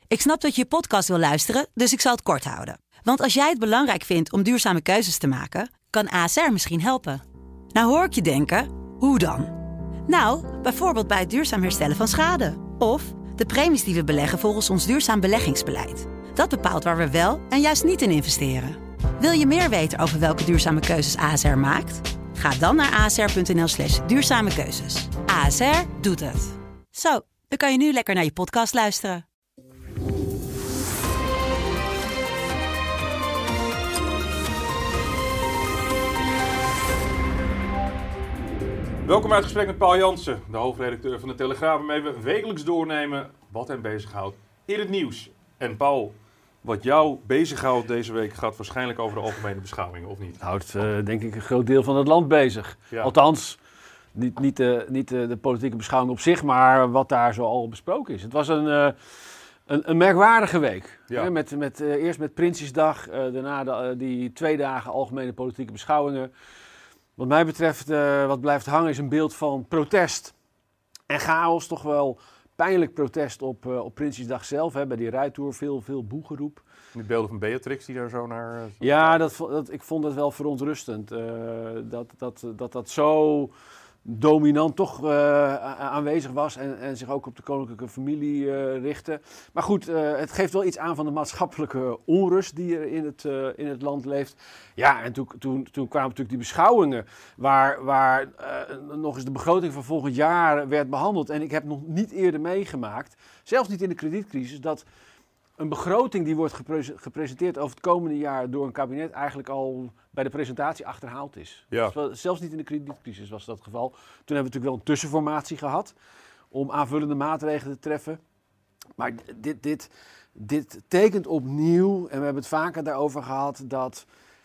Ik snap dat je podcast wil luisteren, dus ik zal het kort houden. Want als jij het belangrijk vindt om duurzame keuzes te maken, kan ASR misschien helpen. Nou hoor ik je denken, hoe dan? Nou, bijvoorbeeld bij het duurzaam herstellen van schade. Of de premies die we beleggen volgens ons duurzaam beleggingsbeleid. Dat bepaalt waar we wel en juist niet in investeren. Wil je meer weten over welke duurzame keuzes ASR maakt? Ga dan naar asr.nl/duurzame keuzes. ASR doet het. Zo, dan kan je nu lekker naar je podcast luisteren. Welkom bij het gesprek met Paul Jansen, de hoofdredacteur van de Telegraaf, waarmee we wekelijks doornemen wat hem bezighoudt in het nieuws. En Paul, wat jou bezighoudt deze week gaat waarschijnlijk over de algemene beschouwingen, of niet? Houdt denk ik een groot deel van het land bezig. Ja. Althans, niet de politieke beschouwing op zich, maar wat daar zo al besproken is. Het was een merkwaardige week. Ja. Eerst met Prinsjesdag, daarna die 2 dagen algemene politieke beschouwingen. Wat mij betreft, wat blijft hangen is een beeld van protest en chaos. Toch wel pijnlijk protest op Prinsjesdag zelf, bij die rijtour, veel boegeroep. Die beelden van Beatrix die daar zo naar... Ja, ik vond het wel verontrustend. Dat zo dominant toch aanwezig was en zich ook op de koninklijke familie richtte. Maar goed, het geeft wel iets aan van de maatschappelijke onrust die er in het land leeft. Ja, en toen kwamen natuurlijk die beschouwingen waar nog eens de begroting van volgend jaar werd behandeld. En ik heb nog niet eerder meegemaakt, zelfs niet in de kredietcrisis, dat een begroting die wordt gepresenteerd over het komende jaar door een kabinet eigenlijk al bij de presentatie achterhaald is. Ja. Zelfs niet in de kredietcrisis was dat het geval. Toen hebben we natuurlijk wel een tussenformatie gehad om aanvullende maatregelen te treffen. Maar dit tekent opnieuw, en we hebben het vaker daarover gehad, dat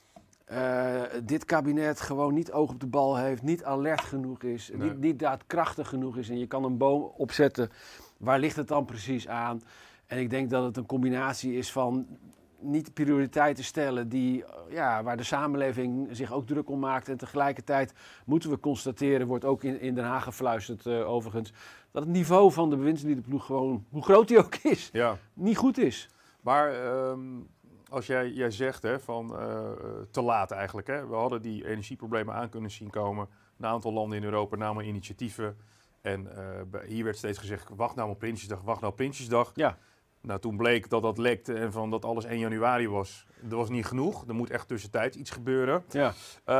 dit kabinet gewoon niet oog op de bal heeft, niet alert genoeg is, nee. niet daadkrachtig genoeg is. En je kan een boom opzetten, waar ligt het dan precies aan? En ik denk dat het een combinatie is van niet prioriteiten stellen waar de samenleving zich ook druk om maakt. En tegelijkertijd moeten we constateren, wordt ook in Den Haag gefluisterd overigens, dat het niveau van de bewindsliederploeg gewoon, hoe groot die ook is, niet goed is. Maar als jij zegt te laat eigenlijk. We hadden die energieproblemen aan kunnen zien komen. Een aantal landen in Europa namen initiatieven. En hier werd steeds gezegd, wacht nou op Prinsjesdag. Ja. Nou, toen bleek dat lekte en dat alles 1 januari was. Dat was niet genoeg. Er moet echt tussentijds iets gebeuren. Ja.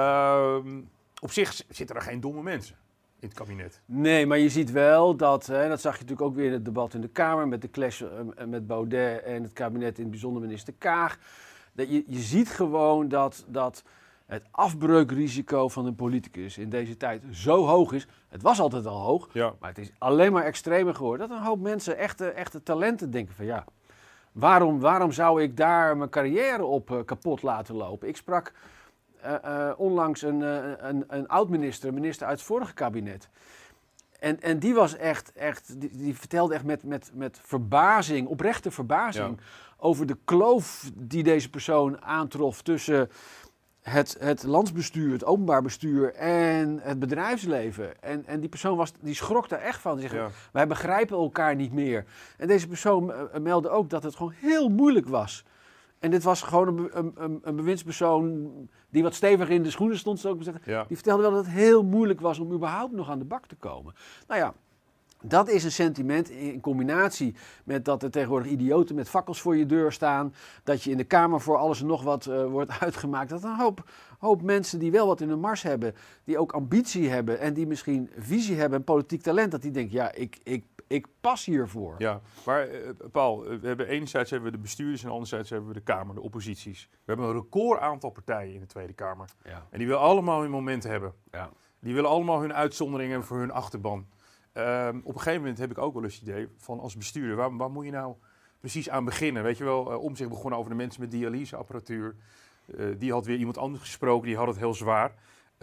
Op zich zitten er geen domme mensen in het kabinet. Nee, maar je ziet wel dat zag je natuurlijk ook weer in het debat in de Kamer met de clash met Baudet en het kabinet, in het bijzonder minister Kaag. Dat je ziet gewoon dat het afbreukrisico van een politicus in deze tijd zo hoog is. Het was altijd al hoog, maar het is alleen maar extremer geworden. Dat een hoop mensen echte talenten denken van waarom zou ik daar mijn carrière op kapot laten lopen? Ik sprak onlangs een oud-minister, minister uit het vorige kabinet. En die was die vertelde echt met verbazing, oprechte verbazing, over de kloof die deze persoon aantrof tussen het landsbestuur, het openbaar bestuur en het bedrijfsleven. En die persoon die schrok daar echt van. Die zegt, wij begrijpen elkaar niet meer. En deze persoon meldde ook dat het gewoon heel moeilijk was. En dit was gewoon een bewindspersoon die wat steviger in de schoenen stond. Zou ik zeggen. Ja. Die vertelde wel dat het heel moeilijk was om überhaupt nog aan de bak te komen. Nou ja, dat is een sentiment in combinatie met dat er tegenwoordig idioten met fakkels voor je deur staan. Dat je in de Kamer voor alles en nog wat wordt uitgemaakt. Dat een hoop mensen die wel wat in hun mars hebben, die ook ambitie hebben en die misschien visie hebben en politiek talent. Dat die denken, ik pas hiervoor. Ja, maar Paul, enerzijds hebben we de bestuurders en anderzijds hebben we de Kamer, de opposities. We hebben een record aantal partijen in de Tweede Kamer. Ja. En die willen allemaal hun moment hebben. Ja. Die willen allemaal hun uitzonderingen hebben voor hun achterban. Op een gegeven moment heb ik ook wel eens het idee van als bestuurder, waar moet je nou precies aan beginnen? Weet je wel, Omtzigt begonnen over de mensen met dialyseapparatuur. Die had weer iemand anders gesproken, die had het heel zwaar.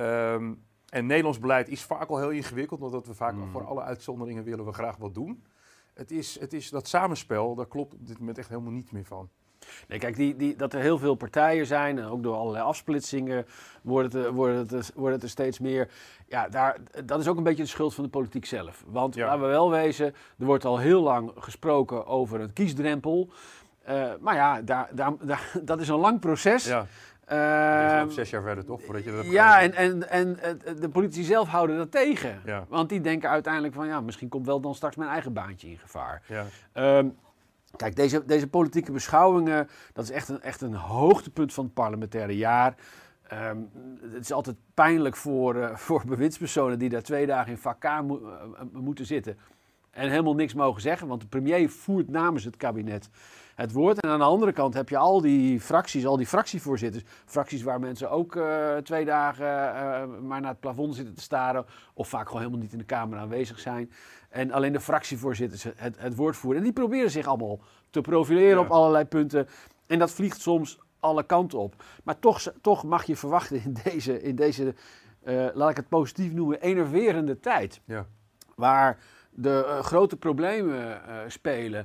En Nederlands beleid is vaak al heel ingewikkeld, omdat we vaak voor alle uitzonderingen willen we graag wat doen. Het is dat samenspel, daar klopt op dit moment echt helemaal niets meer van. Nee, kijk, dat er heel veel partijen zijn, en ook door allerlei afsplitsingen wordt het er steeds meer. Ja, dat is ook een beetje de schuld van de politiek zelf. Want laten we wel wezen, er wordt al heel lang gesproken over een kiesdrempel. Maar ja, dat is een lang proces. Ja. Dat is 6 jaar verder, toch? Voordat je dat en de politici zelf houden dat tegen. Ja. Want die denken uiteindelijk van, misschien komt wel dan straks mijn eigen baantje in gevaar. Ja. Kijk, deze politieke beschouwingen, dat is echt een hoogtepunt van het parlementaire jaar. Het is altijd pijnlijk voor bewindspersonen die daar 2 dagen in vak moeten zitten en helemaal niks mogen zeggen, want de premier voert namens het kabinet het woord. En aan de andere kant heb je al die fracties, al die fractievoorzitters, fracties waar mensen ook 2 dagen maar naar het plafond zitten te staren of vaak gewoon helemaal niet in de Kamer aanwezig zijn. En alleen de fractievoorzitters het woord voeren. En die proberen zich allemaal te profileren op allerlei punten. En dat vliegt soms alle kanten op. Maar toch mag je verwachten in deze laat ik het positief noemen, enerverende tijd. Ja. Waar de grote problemen spelen,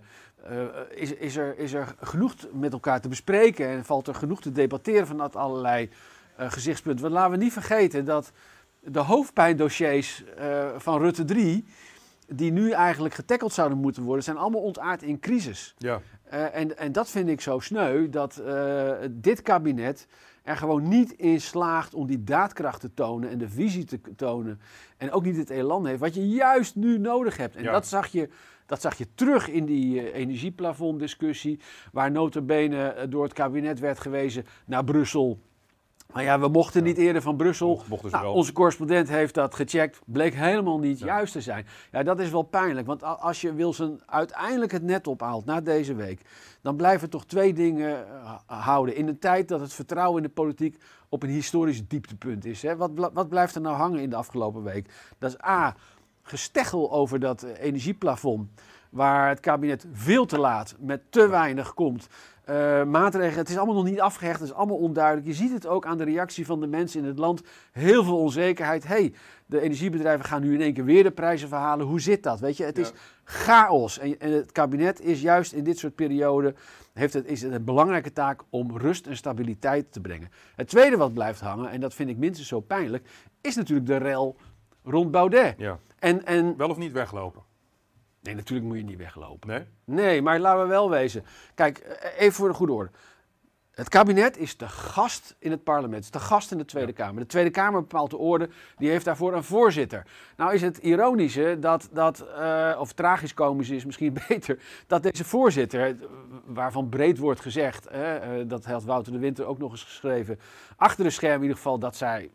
is er genoeg met elkaar te bespreken en valt er genoeg te debatteren vanuit allerlei gezichtspunten. Want laten we niet vergeten dat de hoofdpijndossiers van Rutte 3, die nu eigenlijk getackeld zouden moeten worden, zijn allemaal ontaard in crisis. Ja. En dat vind ik zo sneu, dat dit kabinet er gewoon niet in slaagt om die daadkracht te tonen en de visie te tonen. En ook niet het elan heeft, wat je juist nu nodig hebt. En dat zag je terug in die energieplafonddiscussie, waar nota bene door het kabinet werd gewezen naar Brussel. Maar ja, we mochten niet eerder van Brussel. Onze correspondent heeft dat gecheckt. Bleek helemaal niet juist te zijn. Ja, dat is wel pijnlijk. Want als je Wilson uiteindelijk het net ophaalt na deze week, dan blijven toch 2 dingen houden. In een tijd dat het vertrouwen in de politiek op een historisch dieptepunt is. Hè. Wat blijft er nou hangen in de afgelopen week? Dat is A, gesteggel over dat energieplafond, waar het kabinet veel te laat met te weinig komt. Maatregelen, het is allemaal nog niet afgehecht, het is allemaal onduidelijk. Je ziet het ook aan de reactie van de mensen in het land. Heel veel onzekerheid. De energiebedrijven gaan nu in één keer weer de prijzen verhalen. Hoe zit dat? Weet je, het is chaos. En het kabinet is juist in dit soort perioden, is het een belangrijke taak om rust en stabiliteit te brengen. Het tweede wat blijft hangen, en dat vind ik minstens zo pijnlijk, is natuurlijk de rel rond Baudet. Ja. En wel of niet weglopen? Nee, natuurlijk moet je niet weglopen. Nee? Nee, maar laten we wel wezen. Kijk, even voor de goede orde. Het kabinet is te gast in het parlement, is te gast in de Tweede Kamer. De Tweede Kamer bepaalt de orde, die heeft daarvoor een voorzitter. Nou is het ironische, of tragisch-komisch is misschien beter, dat deze voorzitter, waarvan breed wordt gezegd, dat heeft Wouter de Winter ook nog eens geschreven, achter de scherm in ieder geval, dat zij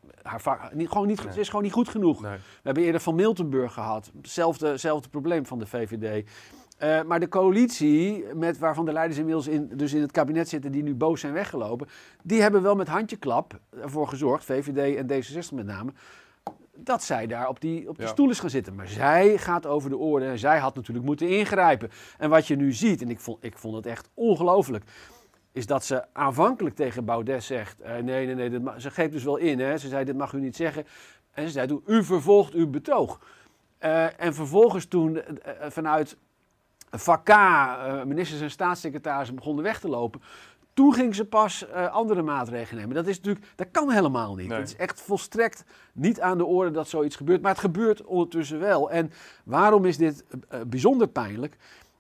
ze is gewoon niet goed genoeg. Nee. We hebben eerder Van Miltenburg gehad, hetzelfde probleem van de VVD. Maar de coalitie, waarvan de leiders inmiddels in het kabinet zitten die nu boos zijn weggelopen, die hebben wel met handjeklap ervoor gezorgd, VVD en D66 met name, dat zij daar op die stoel is gaan zitten. Maar zij gaat over de orde en zij had natuurlijk moeten ingrijpen. En wat je nu ziet, en ik vond het echt ongelooflijk, is dat ze aanvankelijk tegen Baudet zegt, nee, ze greep dus wel in. Hè. Ze zei, dit mag u niet zeggen. En ze zei, u vervolgt uw betoog. En vervolgens toen vanuit vak K, ministers en staatssecretarissen begonnen weg te lopen. Toen ging ze pas andere maatregelen nemen. Dat kan helemaal niet. Nee. Het is echt volstrekt niet aan de orde dat zoiets gebeurt. Maar het gebeurt ondertussen wel. En waarom is dit bijzonder pijnlijk?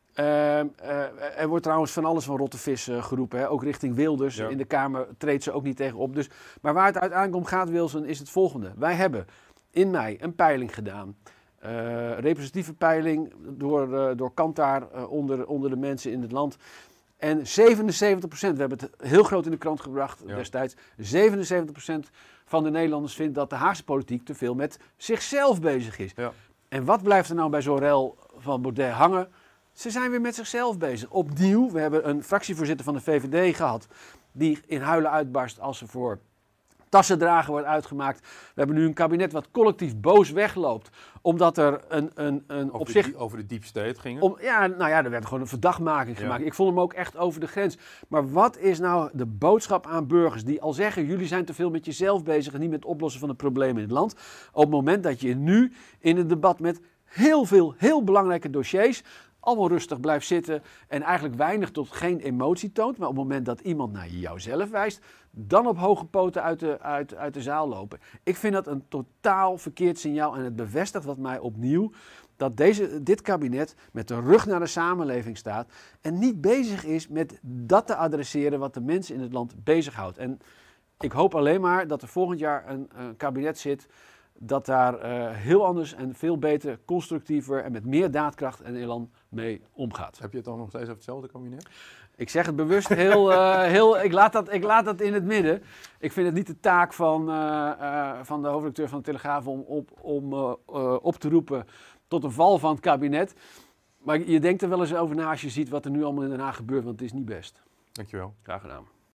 Er wordt trouwens van alles van rotte vis geroepen. Hè? Ook richting Wilders. Ja. In de Kamer treedt ze ook niet tegen op. Maar waar het uiteindelijk om gaat, Wilson, is het volgende. Wij hebben in mei een peiling gedaan. Representatieve peiling door Kantar onder de mensen in het land. En 77%, we hebben het heel groot in de krant gebracht destijds, 77% van de Nederlanders vindt dat de Haagse politiek te veel met zichzelf bezig is. Ja. En wat blijft er nou bij zo'n rel van Baudet hangen? Ze zijn weer met zichzelf bezig. Opnieuw, we hebben een fractievoorzitter van de VVD gehad die in huilen uitbarst als ze voor tassendragen wordt uitgemaakt. We hebben nu een kabinet wat collectief boos wegloopt, omdat er over de deep state ging. Er werd gewoon een verdachtmaking gemaakt. Ik vond hem ook echt over de grens. Maar wat is nou de boodschap aan burgers die al zeggen, jullie zijn te veel met jezelf bezig en niet met het oplossen van de problemen in het land. Op het moment dat je nu in een debat met heel veel heel belangrijke dossiers allemaal rustig blijft zitten en eigenlijk weinig tot geen emotie toont. Maar op het moment dat iemand naar jouzelf wijst, dan op hoge poten uit de zaal lopen. Ik vind dat een totaal verkeerd signaal en het bevestigt wat mij opnieuw dat dit kabinet met de rug naar de samenleving staat en niet bezig is met dat te adresseren wat de mensen in het land bezighoudt. En ik hoop alleen maar dat er volgend jaar een kabinet zit dat daar heel anders en veel beter, constructiever en met meer daadkracht en elan mee omgaat. Heb je het dan nog steeds over hetzelfde kabinet? Ik zeg het bewust heel ik laat dat in het midden. Ik vind het niet de taak van de hoofdredacteur van de Telegraaf om op te roepen tot een val van het kabinet. Maar je denkt er wel eens over na als je ziet wat er nu allemaal in Den Haag gebeurt, want het is niet best. Dankjewel. Graag gedaan.